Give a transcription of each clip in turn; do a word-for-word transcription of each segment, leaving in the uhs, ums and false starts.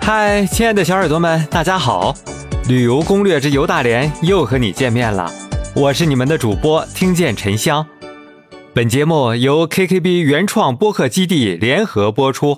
嗨，亲爱的小耳朵们，大家好！旅游攻略之游大连又和你见面了，我是你们的主播听见沉香。本节目由 K K B 原创播客基地联合播出。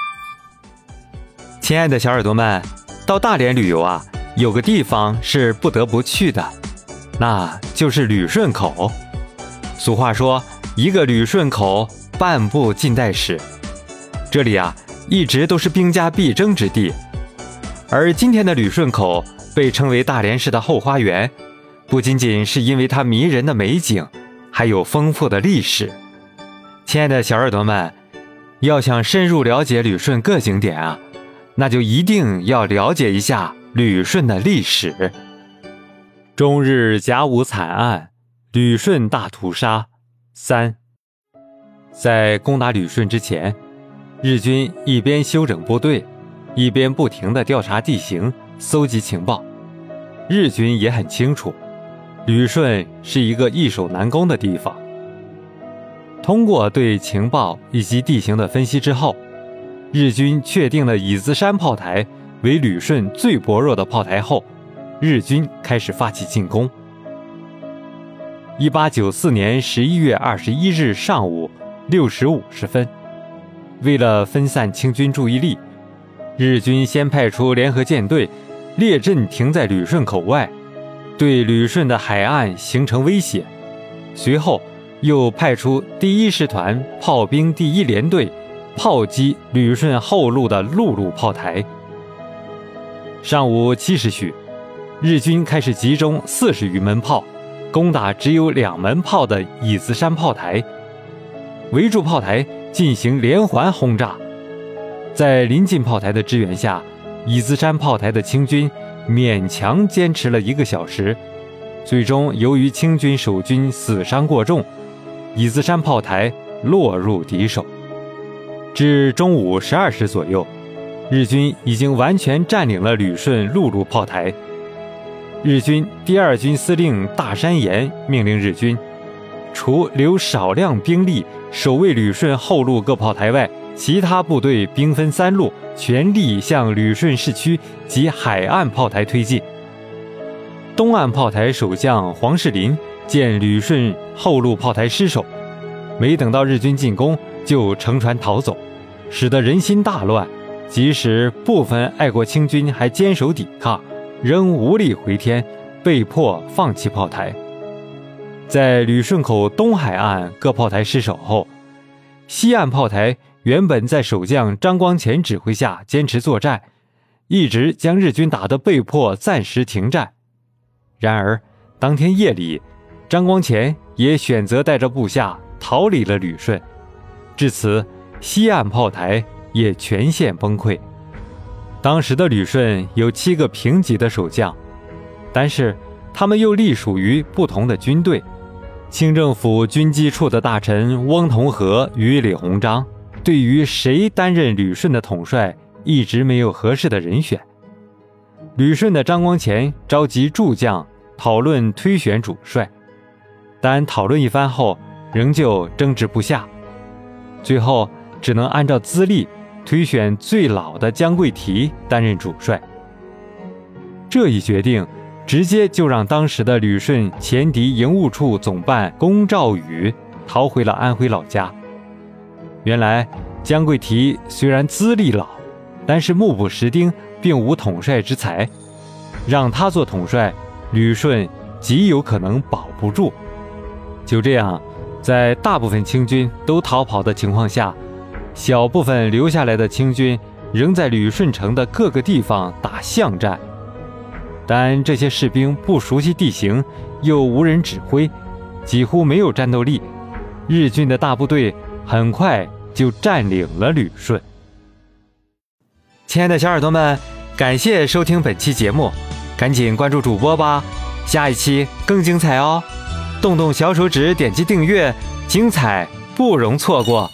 亲爱的小耳朵们，到大连旅游啊，有个地方是不得不去的，那就是旅顺口。俗话说，一个旅顺口，半部近代史。这里啊，一直都是兵家必争之地。而今天的旅顺口被称为大连市的后花园，不仅仅是因为它迷人的美景，还有丰富的历史。亲爱的小耳朵们，要想深入了解旅顺各景点啊，那就一定要了解一下旅顺的历史。中日甲午惨案，旅顺大屠杀三。在攻打旅顺之前，日军一边休整部队，一边不停地调查地形，搜集情报。日军也很清楚，旅顺是一个易守难攻的地方。通过对情报以及地形的分析之后，日军确定了椅子山炮台为旅顺最薄弱的炮台后，日军开始发起进攻。一八九四年十一月二十一日上午六时五十分，为了分散清军注意力，日军先派出联合舰队列阵停在旅顺口外，对旅顺的海岸形成威胁。随后又派出第一师团炮兵第一联队炮击旅顺后路的陆路炮台。上午七时许，日军开始集中四十余门炮攻打只有两门炮的椅子山炮台，围住炮台进行连环轰炸。在临近炮台的支援下，椅子山炮台的清军勉强坚持了一个小时，最终由于清军守军死伤过重，椅子山炮台落入敌手。至中午十二时左右，日军已经完全占领了旅顺陆路炮台。日军第二军司令大山岩命令日军，除留少量兵力守卫旅顺后路各炮台外，其他部队兵分三路，全力向旅顺市区及海岸炮台推进。东岸炮台守将黄世林见旅顺后路炮台失守，没等到日军进攻就乘船逃走，使得人心大乱。即使部分爱国清军还坚守抵抗，仍无力回天，被迫放弃炮台。在旅顺口东海岸各炮台失守后，西岸炮台原本在守将张光潜指挥下坚持作战，一直将日军打得被迫暂时停战。然而当天夜里，张光潜也选择带着部下逃离了旅顺，至此西岸炮台也全线崩溃。当时的旅顺有七个平级的守将，但是他们又隶属于不同的军队。清政府军机处的大臣翁同龢与李鸿章对于谁担任旅顺的统帅一直没有合适的人选。旅顺的张光潜召集诸将讨论推选主帅，但讨论一番后仍旧争执不下，最后只能按照资历推选最老的江贵提担任主帅。这一决定直接就让当时的旅顺前敌营务处总办龚兆宇逃回了安徽老家。原来江贵提虽然资历老，但是目不识丁，并无统帅之才，让他做统帅，旅顺极有可能保不住。就这样，在大部分清军都逃跑的情况下，小部分留下来的清军仍在旅顺城的各个地方打巷战。但这些士兵不熟悉地形，又无人指挥，几乎没有战斗力，日军的大部队很快就占领了旅顺。亲爱的小耳朵们，感谢收听本期节目，赶紧关注主播吧，下一期更精彩哦！动动小手指点击订阅，精彩不容错过。